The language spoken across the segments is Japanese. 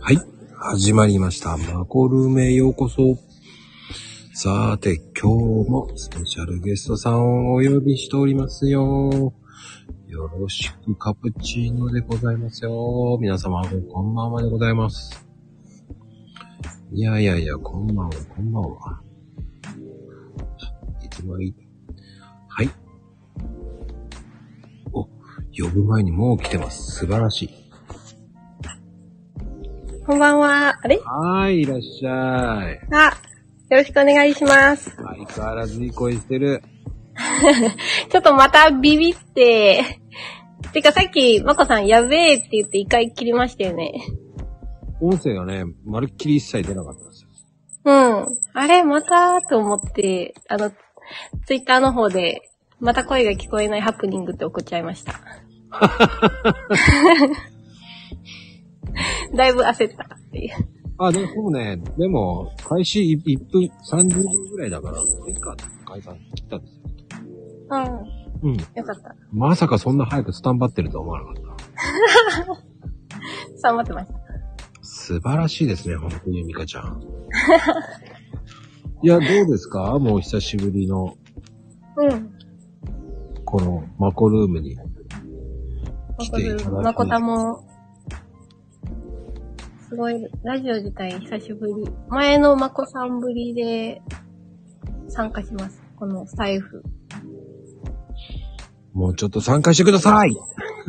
はい。始まりました。マコルームへようこそ。さーて、今日もスペシャルゲストさんをお呼びしておりますよ。よろしくカプチーノでございますよ。皆様、こんばんはでございます。いや、こんばんは。いつもいい。はい。お、呼ぶ前にもう来てます。素晴らしい。 こんばんは。あれ？ はい、いらっしゃい。 よろしくお願いします。 相変わらずいい声してる。 ちょっとまたビビって。てかさっき、まこさんやべえって言って一回切りましたよね。 音声がね、まるっきり一切出なかったんですよ。 うん。あれまたと思って、ツイッターの方で、また声が聞こえないハプニングって送っちゃいました。だいぶ焦ったっていう。 でも、開始1分30秒ぐらいだから、いいかって解散切ったんですよ。うん。 よかった。 まさかそんな早くスタンバってるとは思わなかった。 スタンバってました。 素晴らしいですね、本当にミカちゃん。いや、どうですか？もう久しぶりの、このマコルームに来ていただきまこたも、すごい、ラジオ自体久しぶり。前のまこさんぶりで参加します。このスタイフ。 もうちょっと参加してください。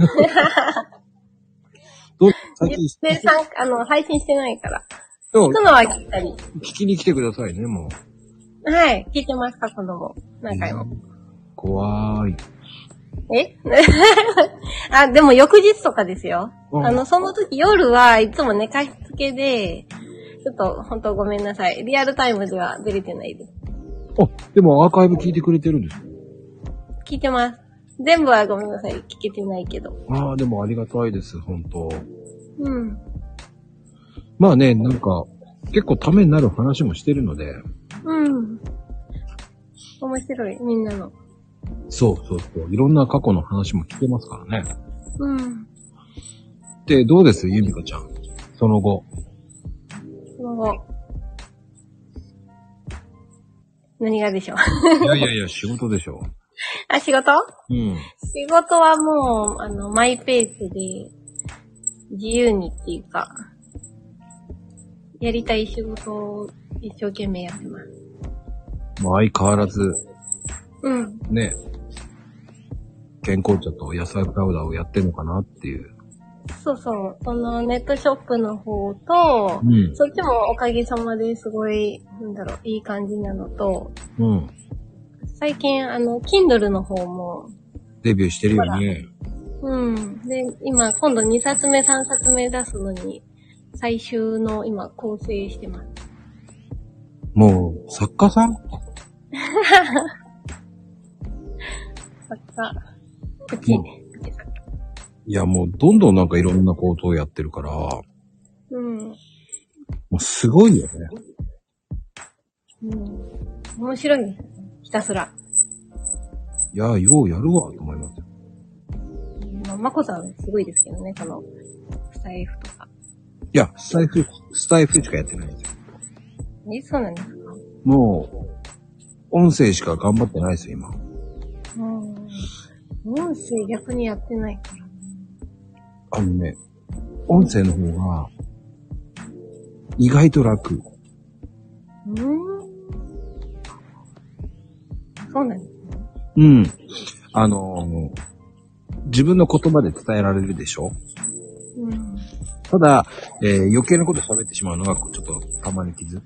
最近配信してないから。 聞くのは聞いたり。 聞きに来てくださいね、もう。はい、聞いてますか、このも。何回も。 怖い。 でも翌日とかですよ。その時夜はいつも寝かしつけで、ちょっと本当ごめんなさい。リアルタイムでは出れてないです。 でもアーカイブ聞いてくれてるんですか？ 聞いてます。全部はごめんなさい。聞けてないけど。 でもありがたいです、本当。 うん。 まあね、なんか、結構ためになる話もしてるので。 うん。面白い、みんなの。 そう。いろんな過去の話も聞けますからね。 うん。 で、どうですゆみかちゃん。その後。 何がでしょういや、仕事でしょ。 仕事？ うん。 仕事はもう、マイペースで、自由にっていうか、やりたい仕事を一生懸命やってます。 相変わらず、ね、健康茶と野菜パウダーをやってんのかなっていう。 そう。そのネットショップの方と、そっちもおかげさまですごい、いい感じなのと、最近、Kindle の方も、 デビューしてるよね。 で、今度2冊目、3冊目出すのに、最終の今構成してます。 もう、作家さん？ 作家。プチ作家。 いや、もうどんどんなんかいろんなことをやってるから、もうすごいよね。 面白いです。ひたすら。 いや、ようやるわ、と思いますよ。 まこさんすごいですけどね、この、スタイフとか。 いや、スタイフしかやってないんですよ。 そうなんですか？ もう、音声しか頑張ってないですよ、今。 音声逆にやってないから。 音声の方が、意外と楽。 そうなんですね。 自分の言葉で伝えられるでしょ？ただ、余計なこと喋ってしまうのが、ちょっとたまに傷。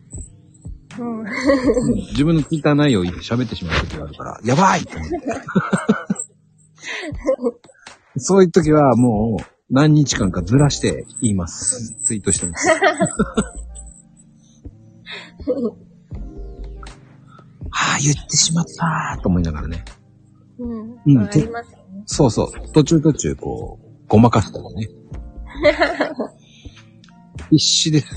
自分の聞いた内容を喋ってしまう時があるから、やばいって思って。そういう時はもう何日間かずらして言います。ツイートしてます。言ってしまったーと思いながらね。 ありますよね。 そう。途中こう、ごまかすとかね。必死です。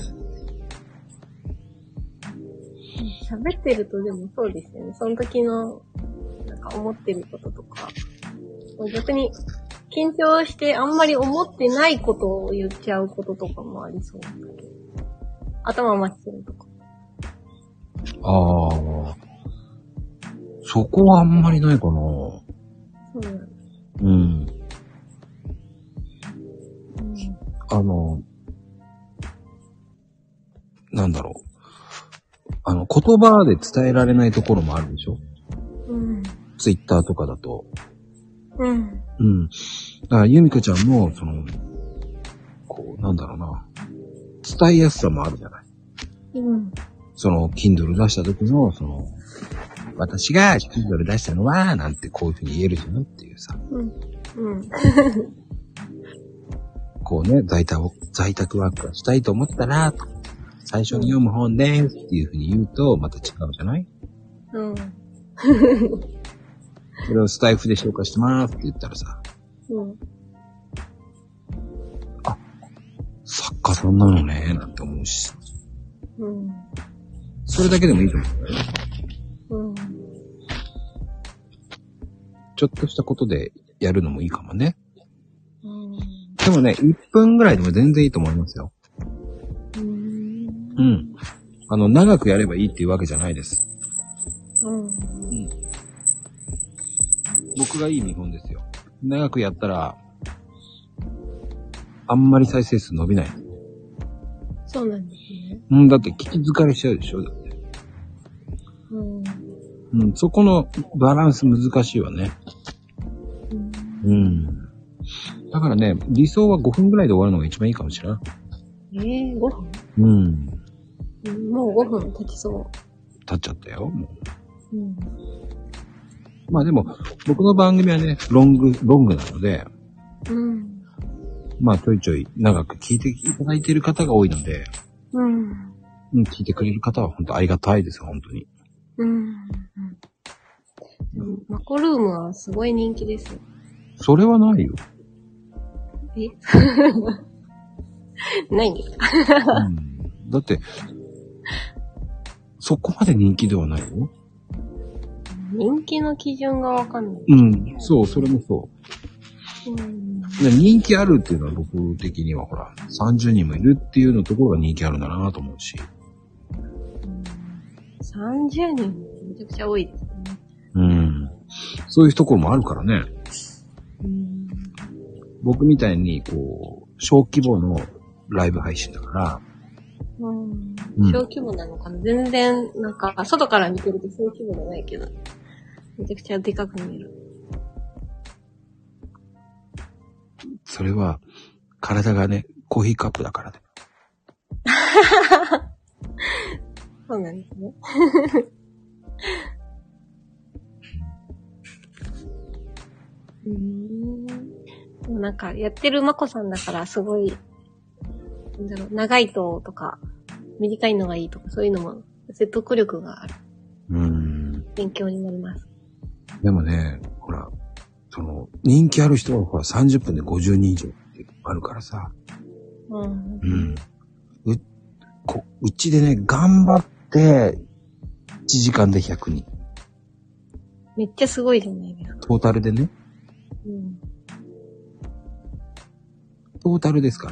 喋ってるとでもそうですよね。その時の、思ってることとか、逆に緊張してあんまり思ってないことを言っちゃうこととかもありそうだけど。頭真っ白とか。 ああ。そこはあんまりないかな。 そうなんだ。 うん。なんだろう。言葉で伝えられないところもあるでしょ？ うん。 ツイッターとかだと。 うん。 うん。だから、ゆみこちゃんも、なんだろうな。伝えやすさもあるじゃない。 うん。 Kindle 出した時の、私が Kindle 出したのは、なんてこういう風に言えるじゃんっていうさ。 うん。うん。 在宅ワークがしたいと思ったら、最初に読む本ですっていう風に言うと、また違うじゃない？ うん。 それをスタイフで紹介してますって言ったらさ。 うん。 あ、作家さんなのね、なんて思うし。 うん。 それだけでもいいと思うんだよね。 うん。 ちょっとしたことでやるのもいいかもね。 うん。 でもね、1分ぐらいでも全然いいと思いますよ。うん。長くやればいいっていうわけじゃないです。うん。僕がいい見本ですよ。長くやったら、あんまり再生数伸びない。 そうなんですね。 うん、だって聞き疲れしちゃうでしょ、だって。うん、そこのバランス難しいわね。うん。だからね、理想は5分ぐらいで終わるのが一番いいかもしれない。 5分？ うん。 もう5分経ちそう。 経っちゃったよ、もう。うん。まあでも、僕の番組はね、ロングなので、うん。まあちょいちょい長く聞いていただいている方が多いので、うん。うん、聞いてくれる方は本当ありがたいですよ、本当に。うん。 マコルームはすごい人気ですよ。 それはないよ。 ないんですか、 うん、だって、そこまで人気ではないよ。 人気の基準がわかんない。 うん、そう、それもそう。人気あるっていうのは僕的にはほら、30人もいるっていうのところが人気あるんだなと思うし。 30人めちゃくちゃ多いですね。 うん。そういうところもあるからね。僕みたいに、小規模のライブ配信だから。 小規模なのかな、全然、なんか、外から見てると小規模じゃないけど、めちゃくちゃでかく見える。 それは、体がね、コーヒーカップだからね。 そうなんですね。でもなんか、やってるまこさんだから、すごい、長いとか、短いのがいいとか、そういうのも説得力がある。勉強になります。 でもね、ほら、人気ある人はほら30分で50人以上ってあるからさ。うちでね、頑張って、1時間で100人。 めっちゃすごいじゃないですか。 トータルでね。トータルですから。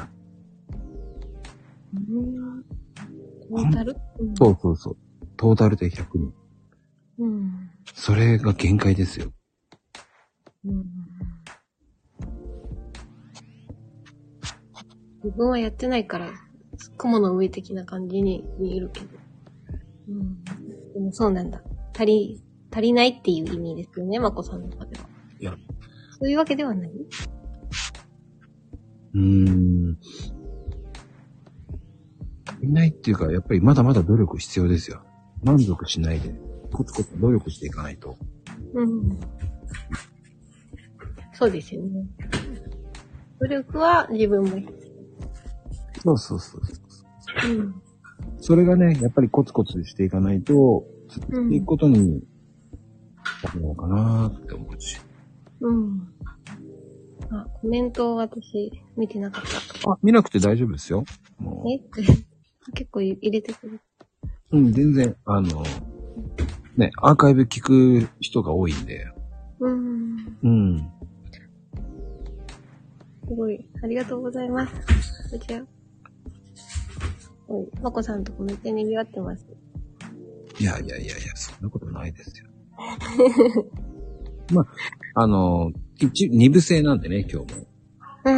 トータル？ そう。トータルで100人。それが限界ですよ。 自分はやってないから、雲の上的な感じに見えるけど。でもそうなんだ。足りないっていう意味ですよね、まこさんの中では。 いや。 そういうわけではない？ 足りないっていうか、やっぱりまだまだ努力必要ですよ。満足しないで、コツコツ努力していかないと。 そうですよね。努力は自分も必要。そう。それがね、やっぱりコツコツしていかないと、続けていくことに、なるのかなーって思うし。 コメントを私、見てなかった。 見なくて大丈夫ですよ。もう結構入れてくる。 全然、ね、アーカイブ聞く人が多いんで。 すごい。ありがとうございます。こちら。おい、まこさんとこめっちゃ賑わってます。 いや、そんなことないですよ。まあ、二部制なんでね、今日も。うん。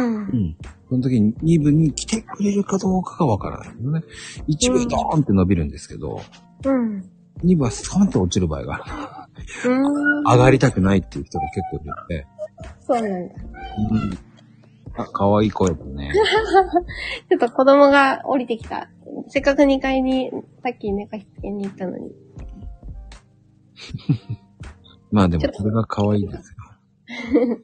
その時に二部に来てくれるかどうかがわからないのね。一部ドーンって伸びるんですけど、二部はストンって落ちる場合がある。上がりたくないっていう人が結構いるので。 そうなんだ。 あ、かわいい声だね。 ちょっと子供が降りてきた。せっかく2階にさっき寝かしつけに行ったのに。 まあでもこれが可愛いですよ。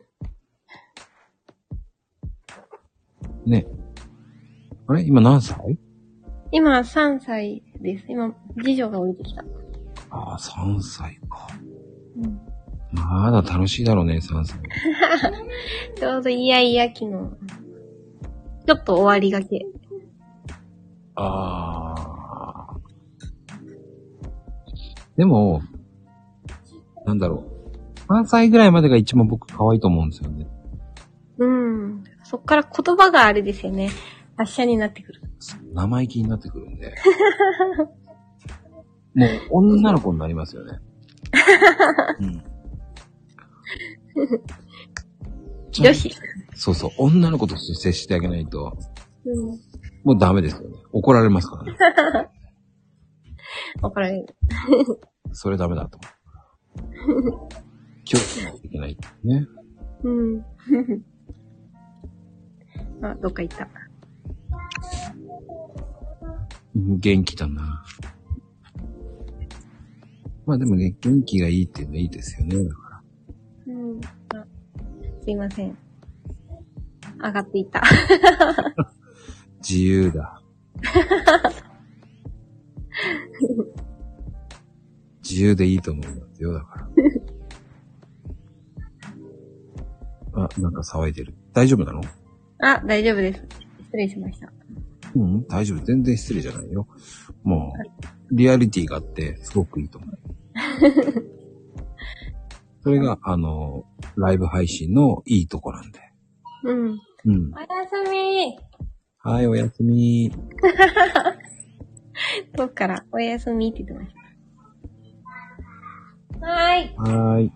ね。あれ今何歳？ 今3歳です。今、次女が降りてきた。 ああ、3歳か。まだ楽しいだろうね、3歳。 ちょうどイヤイヤ期の、ちょっと終わりがけ。 でも、なんだろう。3歳ぐらいまでが一番僕可愛いと思うんですよね。 そっから言葉があれですよね。達者になってくる。 生意気になってくるんで。もう女の子になりますよね。 よし。 そう、女の子として接してあげないと、もうダメですよね。怒られますからね。 怒られる。 それダメだと思う。気をつけないといけないってね。 あ、どっか行った。 元気だな。まあでもね、元気がいいっていうのはいいですよね、だから。 すいません。上がっていった。 自由だ。自由でいいと思いますよ、だから。あ、なんか騒いでる。大丈夫なの？ あ、大丈夫です。失礼しました。 大丈夫。全然失礼じゃないよ。もう、リアリティがあって、すごくいいと思う。それが、ライブ配信のいいとこなんで。おやすみ。 はい、おやすみ。 遠くからおやすみって言ってました。はーい。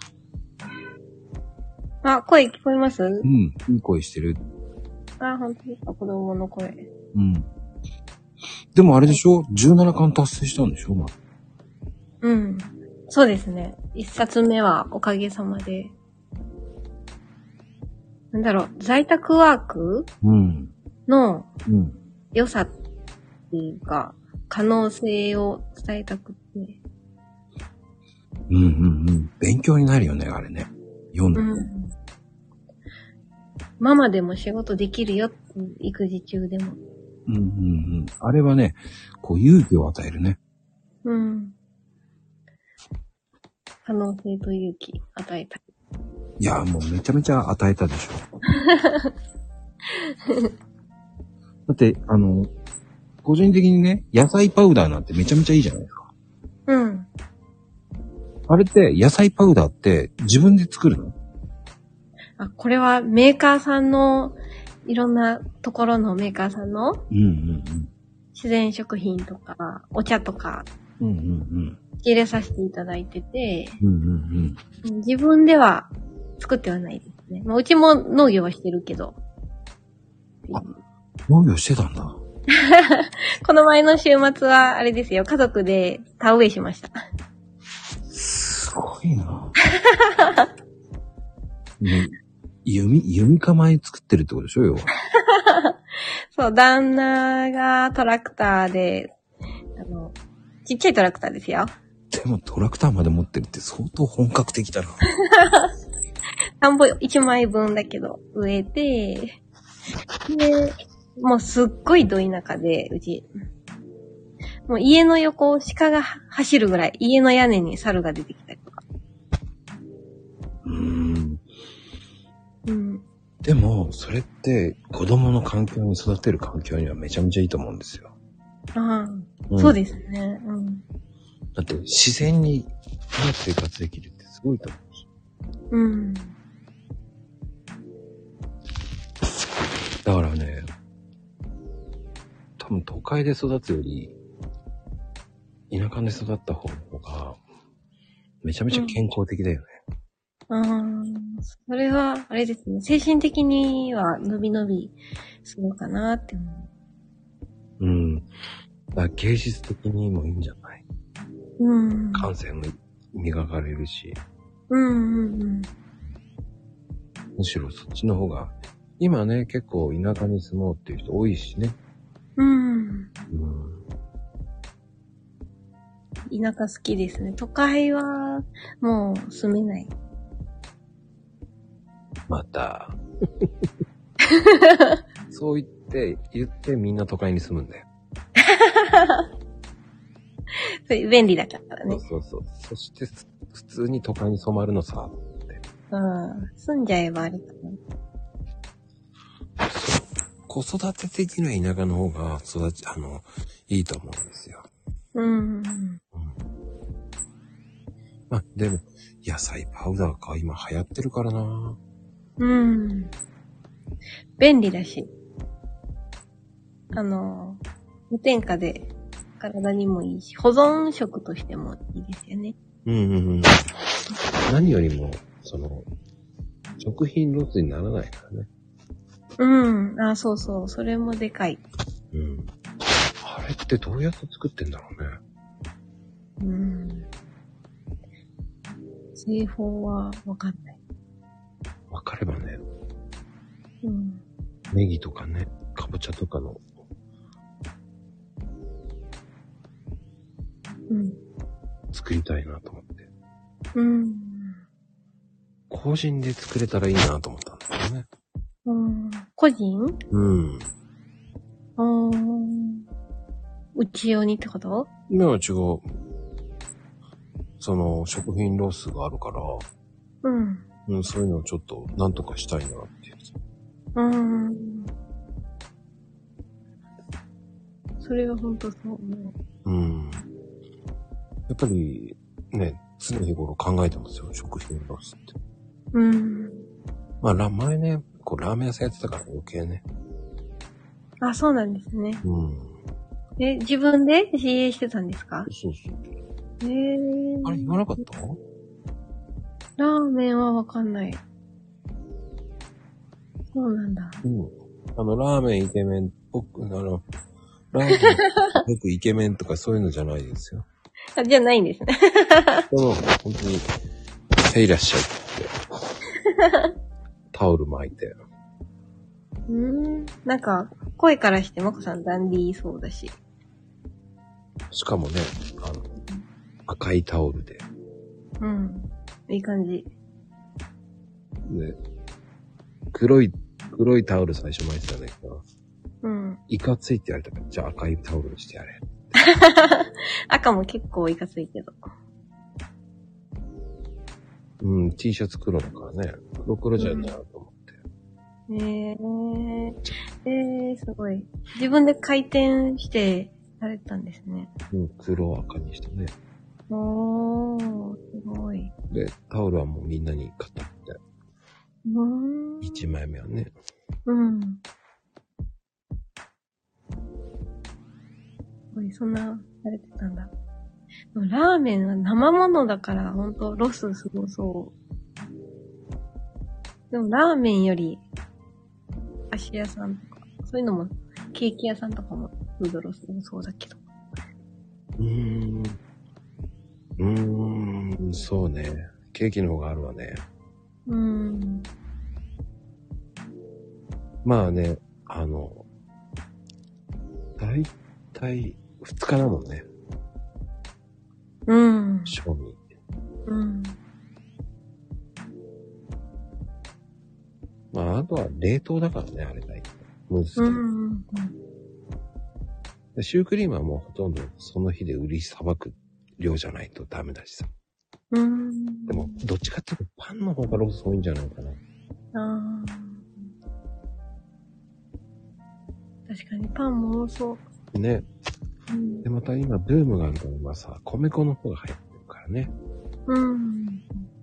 あ、声聞こえます？ いい声してる。 あ、本当ですか、子供の声。 でもあれでしょ？ 17 巻達成したんでしょ？ そうですね。一冊目はおかげさまで。なんだろう、在宅ワークの良さっていうか、可能性を伝えたくて。 勉強になるよね、あれね。読んで。 ママでも仕事できるよって、育児中でも。 あれはね、こう勇気を与えるね。 可能性と勇気与えた。 いや、もうめちゃめちゃ与えたでしょ。だって、個人的にね、野菜パウダーなんてめちゃめちゃいいじゃないですか。あれって、野菜パウダーって自分で作るの？ あ、これはメーカーさんの、いろんなところのメーカーさんの、自然食品とか、お茶とか、入れさせていただいてて、自分では作ってはないですね。まあ、うちも農業はしてるけど。 あ、農業してたんだ。 この前の週末は、あれですよ、家族で田植えしました。 すごいな。弓構え作ってるってことでしょよ。 そう、旦那がトラクターで、ちっちゃいトラクターですよ。 でもトラクターまで持ってるって相当本格的だな。 田んぼ1枚分だけど植えて、で、もうすっごいど田舎で、うち。もう家の横を鹿が走るぐらい、家の屋根に猿が出てきたりとか。 でも、それって子供の環境に育てる環境にはめちゃめちゃいいと思うんですよ。 そうですね。 だって自然に生活できるってすごいと思うし。 だからね、多分都会で育つより、田舎で育った方が、めちゃめちゃ健康的だよね。 それは、あれですね。精神的には伸び伸びするのかなって思う。うん。だから芸術的にもいいんじゃない？感性も磨かれるし。むしろそっちの方が、今ね、結構田舎に住もうっていう人多いしね。 田舎好きですね。都会はもう住めない。 また。そう言ってみんな都会に住むんだよ。 それ便利だからね。 そう。そして普通に都会に染まるのさ。 住んじゃえばあれかな。子育て的には田舎の方がいいと思うんですよ。まあ、でも、野菜パウダーか今流行ってるからな。 便利だし。無添加で体にもいいし、保存食としてもいいですよね。 何よりも、食品ロスにならないからね。 そうそう。それもでかい。 あれってどうやって作ってんだろうね。 製法はわかんない。 わかればね。ネギとかね、かぼちゃとかの。作りたいなと思って。個人で作れたらいいなと思ったんですよね。 個人？うち用にってこと？ いや、違う。食品ロスがあるから、そういうのをちょっとなんとかしたいなっていう。 それは本当そう思う。 やっぱり、ね、常日頃考えてますよ、食品ロスって。まあ、前ね、ラーメン屋さんやってたから余計ね。 あ、そうなんですね。自分で経営してたんですか？ そう。あれ言わなかった？ ラーメンはわかんない。そうなんだ。 ラーメンイケメン、ラーメン僕イケメンとかそういうのじゃないですよ。 じゃないんですね。 本当に、いらっしゃいって。タオル巻いて。 なんか、声からしてまこさんダンディーそうだし。 しかもね、赤いタオルで。 いい感じ。 ね、黒いタオル最初巻いてたんだけど、いかついって言われたから、じゃあ赤いタオルにしてやれ。 赤も結構いかついけど。 T シャツ黒だからね。黒じゃんなと思って。 すごい。自分で回転してされたんですね。 黒を赤にしてね。 すごい。 で、タオルはもうみんなに買ったって。1枚目はね。 そんな、されてたんだ。ラーメンは生ものだから、ほんと、ロスすごそう。でも、ラーメンより、菓子屋さんとか、そういうのも、ケーキ屋さんとかも、フードロスもそうだけど。 そうね。ケーキの方があるわね。まあね、だいたい2日だもんね。賞味。まあ、あとは冷凍だからね、あれだいたい。難しい。シュークリームはもうほとんどその日で売りさばく量じゃないとダメだしさ。でも、どっちかっていうとパンの方がロス多いんじゃないかな。 確かにパンも多そう。 ね。で、また今ブームがあるのはさ、米粉の方が入ってるからね。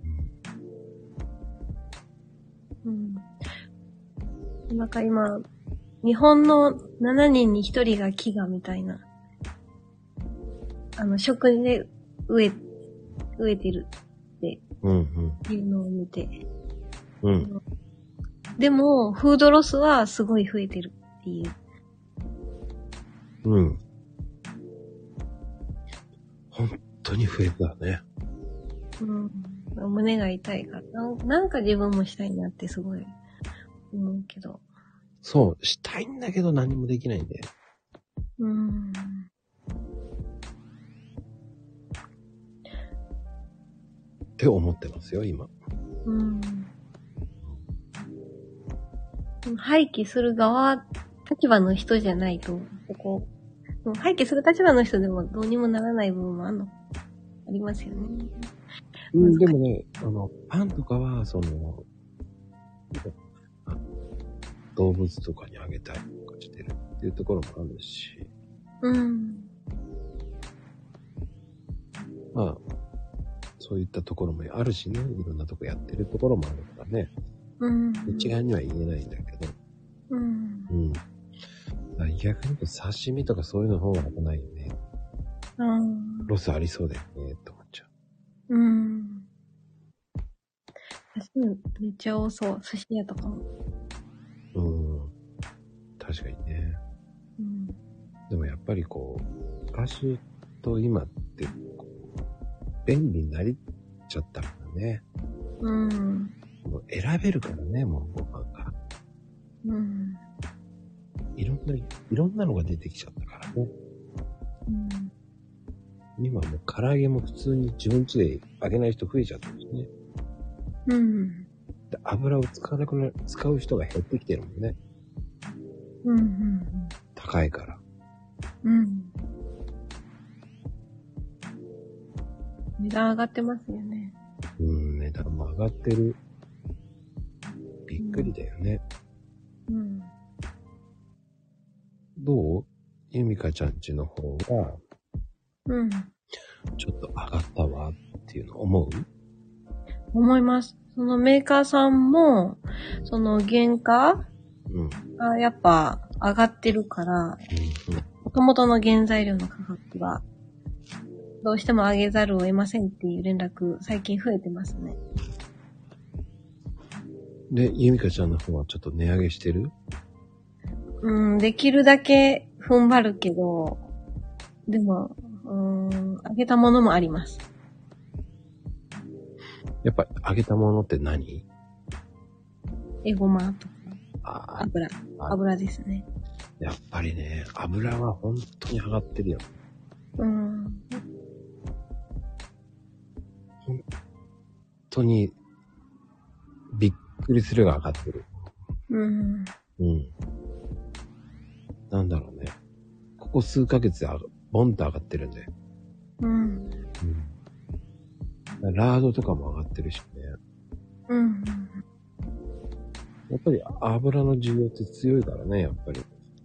なんか今、 日本の7人に1人が飢餓みたいな。食事で飢えてるっていうのを見て。 うん。 でも、フードロスはすごい増えてるっていう。 うん。本当に増えたね。 うん。胸が痛いから。なんか自分もしたいなってすごい思うけど。 そう、したいんだけど何もできないんで。って思ってますよ、今。 廃棄する側、立場の人じゃないと、廃棄する立場の人でもどうにもならない部分もありますよね。 でもね、パンとかは、動物とかにあげたりとかしてるっていうところもあるし。まあ、そういったところもあるしね、いろんなとこやってるところもあるからね。一概には言えないんだけど。逆に言うと刺身とかそういうの方が危ないよね。ロスありそうだよね、って思っちゃう。 刺身めっちゃ多そう。寿司屋とかも。 確かにね。でもやっぱり昔と今って便利になりちゃったからね。もう選べるからね、もうご飯が。いろんなのが出てきちゃったからね。今もう唐揚げも普通に自分家で揚げない人増えちゃったしね。で油を使う人が減ってきてるもんね。高いから。 値段上がってますよね。 値段も上がってる。びっくりだよね。どう？ゆみかちゃんちの方が、ちょっと上がったわっていうの思う？ 思います。そのメーカーさんも、その原価がやっぱ上がってるから、元々の原材料の価格がどうしても上げざるを得ませんっていう連絡最近増えてますね。 で、ゆみかちゃんの方はちょっと値上げしてる？ できるだけ踏ん張るけど、でも、上げたものもあります。 やっぱ揚げたものって何？ エゴマとか。油ですね。 やっぱりね、油は本当に上がってるよ。本当にびっくりするが上がってる。なんだろうね。ここ数ヶ月でボンと上がってるんで。ラードとかも上がってるしね。やっぱり油の需要って強いからね、やっぱり。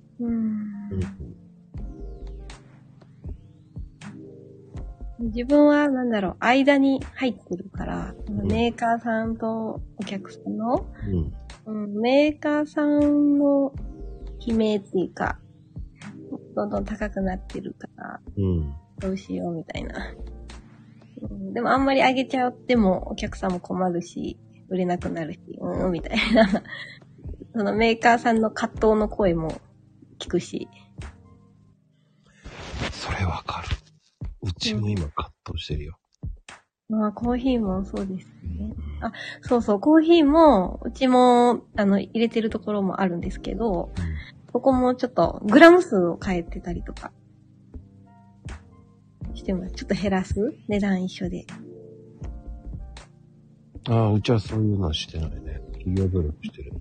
自分は間に入ってるから、メーカーさんとお客さんの、メーカーさんの悲鳴っていうか、どんどん高くなってるから、どうしようみたいな。でもあんまり上げちゃってもお客さんも困るし、売れなくなるし、みたいな。そのメーカーさんの葛藤の声も聞くし。 それわかる。うちも今葛藤してるよ。 コーヒーもそうですね。そうそう、コーヒーも、うちも、入れてるところもあるんですけど、ここもちょっと、グラム数を変えてたりとか、してます。ちょっと減らす？値段一緒で。 うちはそういうのはしてないね。企業努力してる。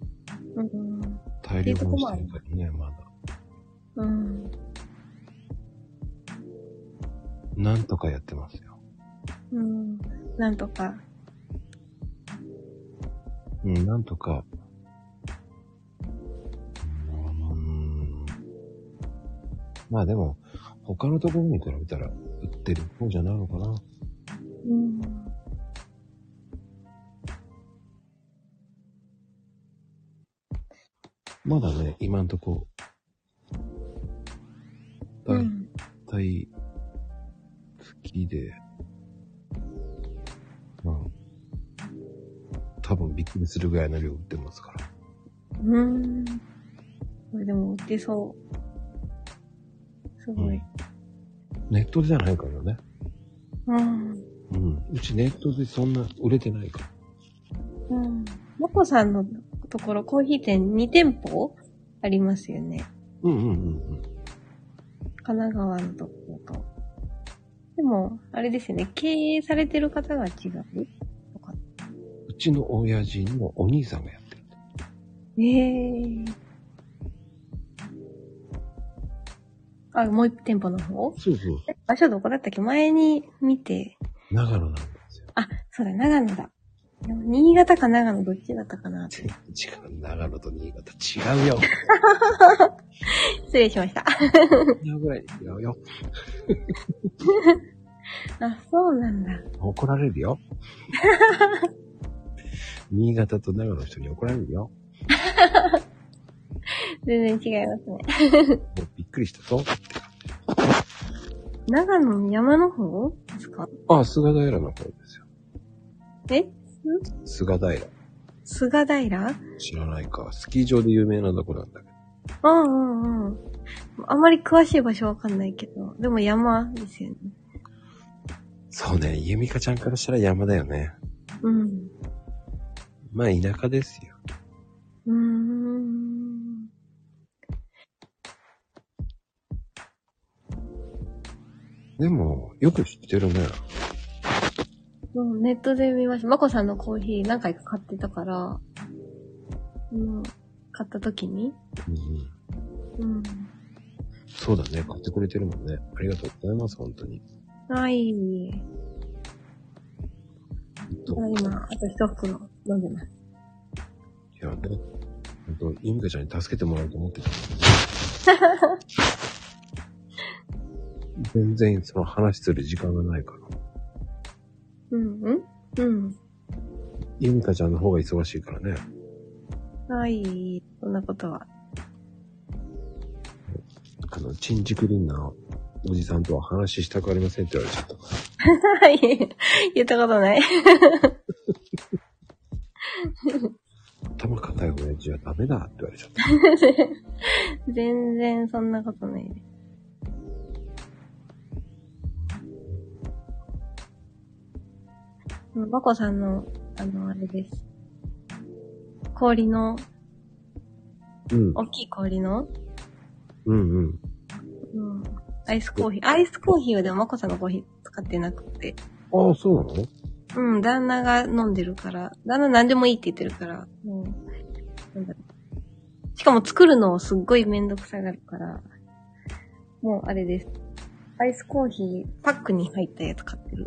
大量にしてるからね、まだ。なんとかやってますよ。 なんとか。 なんとか。まあでも、他のところに比べたら、売ってる方じゃないのかな。 まだね、今んとこ、だいたい月で、多分びっくりするぐらいの量売ってますから。 これでも売ってそう。すごい。 ネットじゃないからね。うちネットでそんな売れてないから。 まこさんのところコーヒー店2店舗ありますよね。神奈川のところと。でも、あれですよね。経営されてる方が違うとか。 うちの親父のお兄さんがやってる。 あ、もう一店舗の方？ そうそう。 場所どこだったっけ？前に見て。 長野なんですよ。 あ、そうだ、長野だ。でも新潟か長野どっちだったかなって。 違う、長野と新潟違うよ。 失礼しました。 違うぐらい違うよ。 あ、そうなんだ。 怒られるよ。新潟と長野の人に怒られるよ。 全然違いますね。 もうびっくりしたぞ。 長野の山の方ですか？ あ、菅平の方ですよ。菅平。 菅平？ 知らないか。スキー場で有名なとこなんだけど。 あんまり詳しい場所わかんないけど、でも山ですよね。 そうね、ゆみかちゃんからしたら山だよね。まあ田舎ですよ。でも、よく知ってるね。 ネットで見ました。まこさんのコーヒー何回か買ってたから、買った時に。 そうだね、買ってくれてるもんね。ありがとうございます、本当に。 はい。今、あと一袋飲んでます。 いやね、本当ゆみかちゃんに助けてもらおうと思ってた。全然その話する時間がないから。ゆみかちゃんの方が忙しいからね。 はい、そんなことは。 チンジクリンなおじさんとは話したくありませんって言われちゃったから。はい、言ったことない。 頭固い親父はダメだって言われちゃった。 全然そんなことないです。バコさんの、あれです。氷の、大きい氷の、アイスコーヒー。アイスコーヒーはでもマコさんのコーヒー使ってなくて。 ああ、そうなの？ 旦那が飲んでるから、旦那何でもいいって言ってるから、しかも作るのをすっごいめんどくさがるから、もうあれです。アイスコーヒー、パックに入ったやつ買ってる。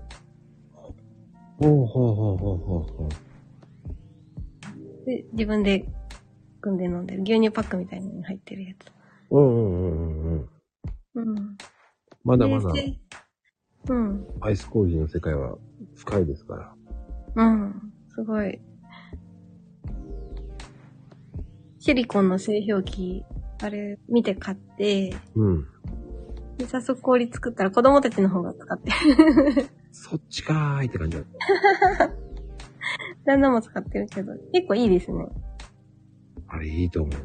で、自分で組んで飲んでる。牛乳パックみたいなのに入ってるやつ。 まだまだ、アイスコーヒーの世界は深いですから。 すごい。シリコンの製氷機、あれ見て買って、で、早速氷作ったら子供たちの方が使ってる。 そっちかーいって感じだった。 旦那も使ってるけど、結構いいですね。 あれいいと思う。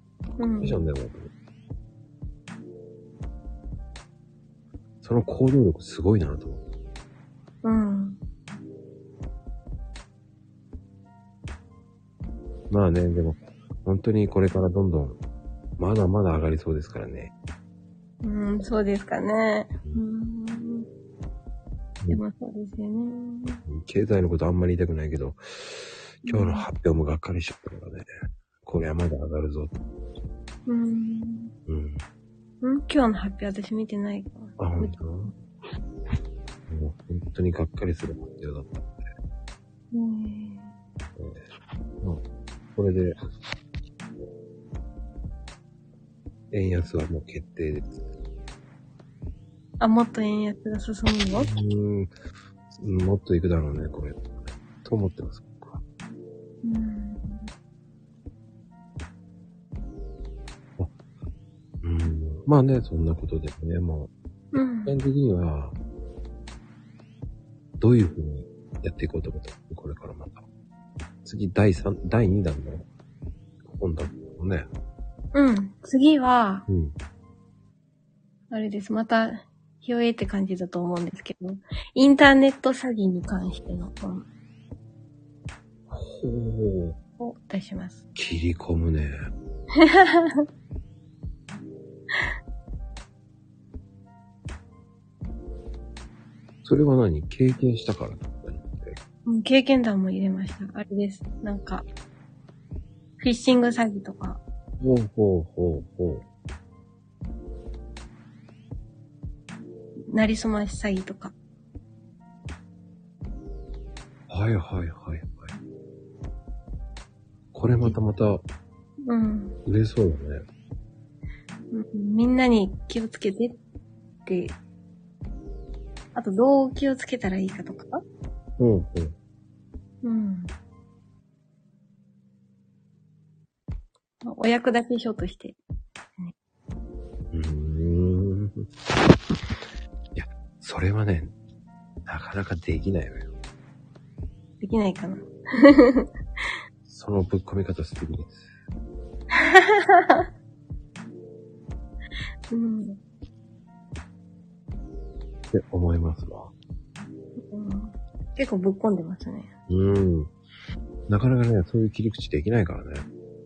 その行動力すごいなと思う。まあね、でも、本当にこれからどんどん、まだまだ上がりそうですからね。 そうですかね。でもそうですよね。 経済のことあんまり言いたくないけど、今日の発表もがっかりしちゃったからね。これはまだ上がるぞと。 今日の発表私見てないから。あ、本当？もう本当にがっかりする発表だったんで。これで、円安はもう決定です。 あ、もっと円安が進むの？ もっといくだろうね、これ。と思ってます、僕は。 まあね、そんなことでね、もう、基本的には、どういうふうにやっていこうと思ったら、これからまた。次、第2弾の本だもんね。 次は、あれです。また、ひよえって感じだと思うんですけど、インターネット詐欺に関しての本を出します。 切り込むね。それは何？経験したからだったの？経験談も入れました。あれです。なんか、フィッシング詐欺とか。 ほう。 なりすまし詐欺とか。 はい。これまた、売れそうだね。 みんなに気をつけてって、あとどう気をつけたらいいかとか。お役立ち書として。 いや、それはね、なかなかできないわよ。 できないかな。 そのぶっ込み方素敵です。って思いますわ。 結構ぶっ込んでますね。 なかなかね、そういう切り口できないからね。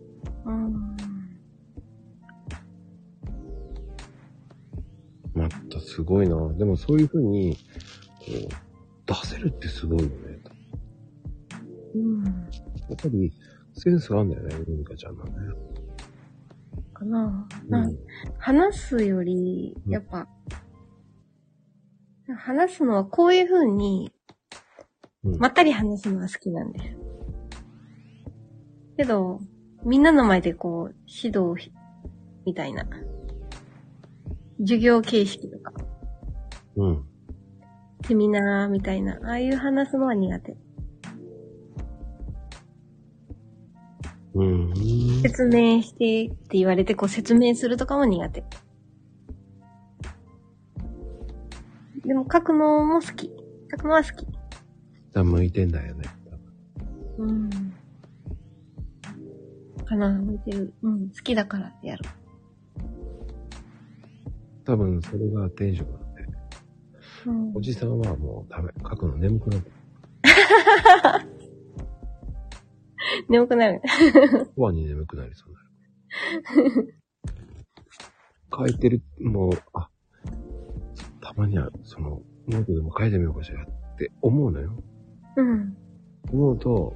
またすごいな。でもそういう風に、こう、出せるってすごいよね。やっぱり、センスがあるんだよね、ゆみかちゃんのね。 かな。話すより、やっぱ、話すのはこういう風に、まったり話すのが好きなんです。けど、みんなの前でこう、指導みたいな。授業形式とか。セミナーみたいな、ああいう話すのは苦手。説明してって言われて、こう説明するとかも苦手。でも書くのも好き。書くのは好き。 向いてんだよね。 かな、向いてる。好きだからやる。 多分それがテンションなんで。おじさんはもう書くの眠くなる。 眠くなる。 コアに眠くなりそうになる。書いてる、もう、たまには、ノートでも書いてみようかしらって思うのよ。思うと、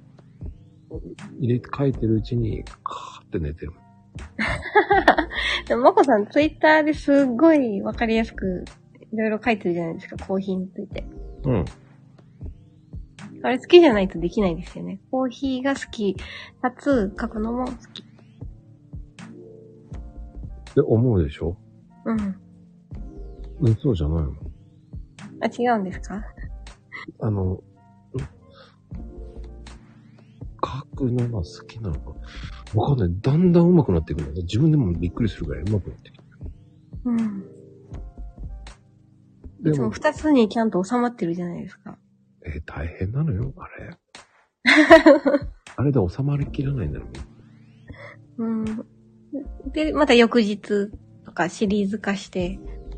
書いてるうちに、カーって寝てる。 でも、まこさん、ツイッターですっごいわかりやすく、いろいろ書いてるじゃないですか、コーヒーについて。あれ好きじゃないとできないですよね。コーヒーが好き、かつ、書くのも好き。 って思うでしょ？そうじゃないの？ 違うんですか？ 書くのが好きなのかわかんない。だんだん上手くなっていくんだね。自分でもびっくりするぐらい上手くなってきてる。いつも2つにちゃんと収まってるじゃないですか。 大変なのよ、あれ。あれで収まりきらないんだろう。で、また翌日とかシリーズ化して。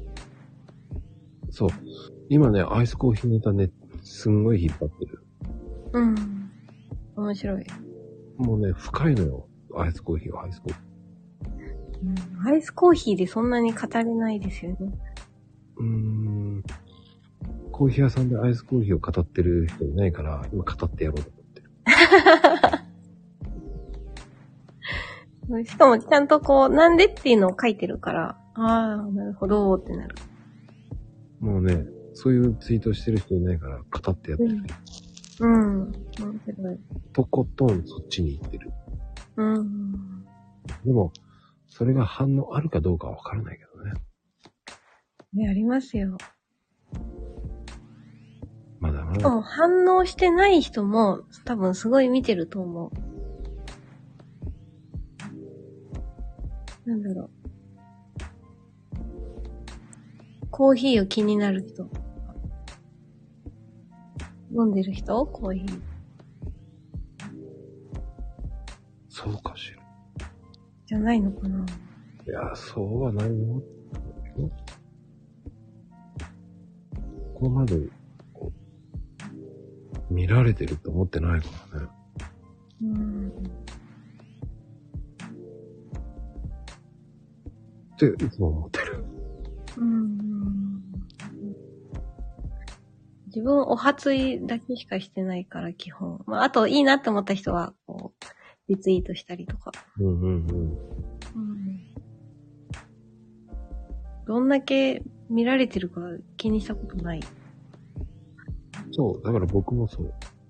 そう。今ね、アイスコーヒーネタね、すんごい引っ張ってる。 面白い。 もうね、深いのよ。アイスコーヒーはアイスコーヒー。アイスコーヒーでそんなに語れないですよね。 コーヒー屋さんでアイスコーヒーを語ってる人いないから、今語ってやろうと思ってる。しかもちゃんとこう、なんでっていうのを書いてるから、なるほどってなる。 もうね、そういうツイートしてる人いないから、語ってやってる。 面白い。 とことんそっちに行ってる。でも、それが反応あるかどうかはわからないけどね。 ありますよ。 まだまだ。 しかも反応してない人も多分すごい見てると思う。なんだろコーヒーを気になる人。飲んでる人コーヒー。 そうかしら。 じゃないのかな。 いや、そうはないよ。ここまで見られてると思ってないからね。っていつも思ってる。 自分お初いだけしかしてないから基本。まあ、あといいなって思った人はこうリツイートしたりとか。どんだけ見られてるか気にしたことない。 そう、だから僕もそう。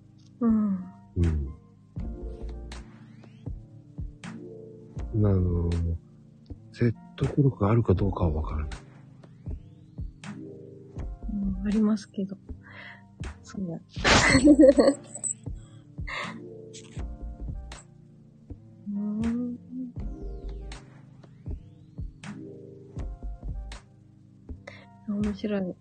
説得力があるかどうかはわからない。 ありますけど。そうだ。面白い。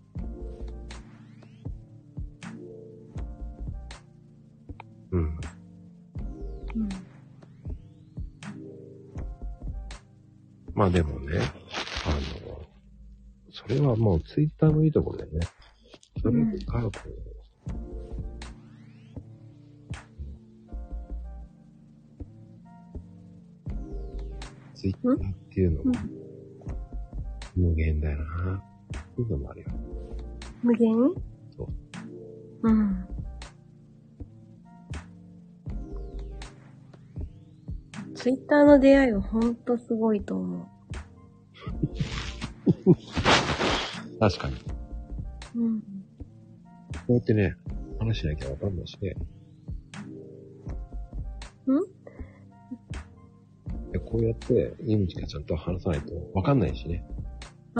まあでもね、それはもうツイッターのいいところでね、それからこう、ツイッターっていうのも、無限だよな、っていうのもあるよ。 無限？ そう。 ツイッターの出会いはほんとすごいと思う。 確かに。こうやってね、話しなきゃわかんないしね。こうやって、ゆみちかちゃんと話さないとわかんないしね。そ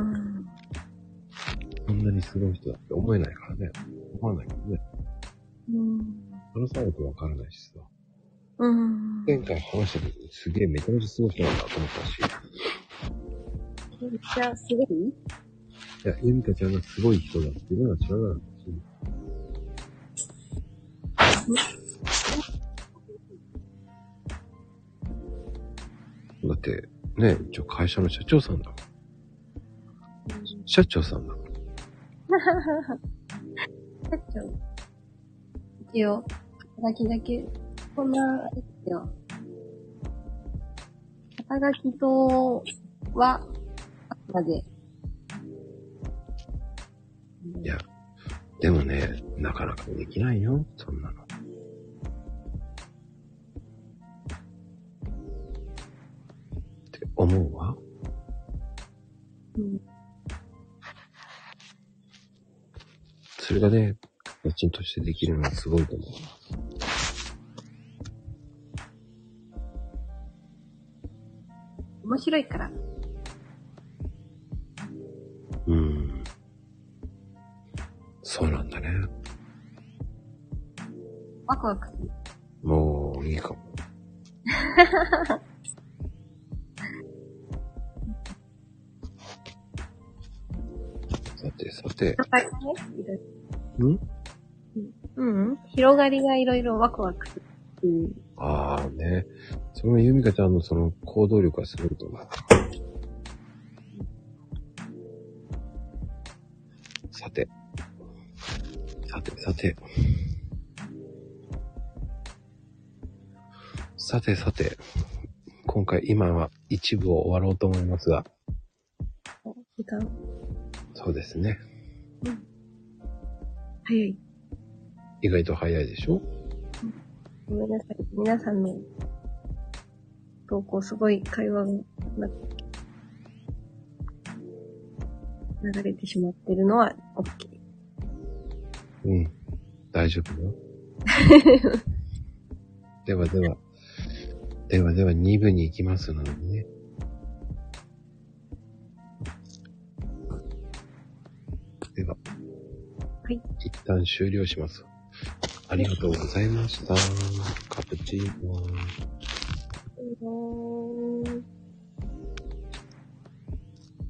んなにすごい人だって思えないからね。思わないからね。話さないとわからないしさ。前回話した時にすげえめちゃめちゃすごい人なんだと思ったし。 じゃあ、すごい？ いや、ゆみかちゃんがすごい人だっていうのは知らなかったし。だって、ね、一応会社の社長さんだもん。社長さんだもん。社長。一応、肩書きだけ、こんな、ですよ。肩書きとは、あくまで。 いや、でもね、なかなかできないよ、そんなの。って思うわ。それがね、家賃としてできるのはすごいと思う。 面白いから。 そうなんだね。 ワクワクする。 もういいかも。さて。 広がりがいろいろワクワクする。 ああね。そのゆみかちゃんのその行動力はすごいと思う。さて、今回今は一部を終わろうと思いますが。 時間。 そうですね。 早い。 意外と早いでしょ？ ごめんなさい。皆さんの投稿すごい会話が流れてしまってるのは OK。 大丈夫よ。では2部に行きますのでね。では、一旦終了します。ありがとうございました。カプチーノ。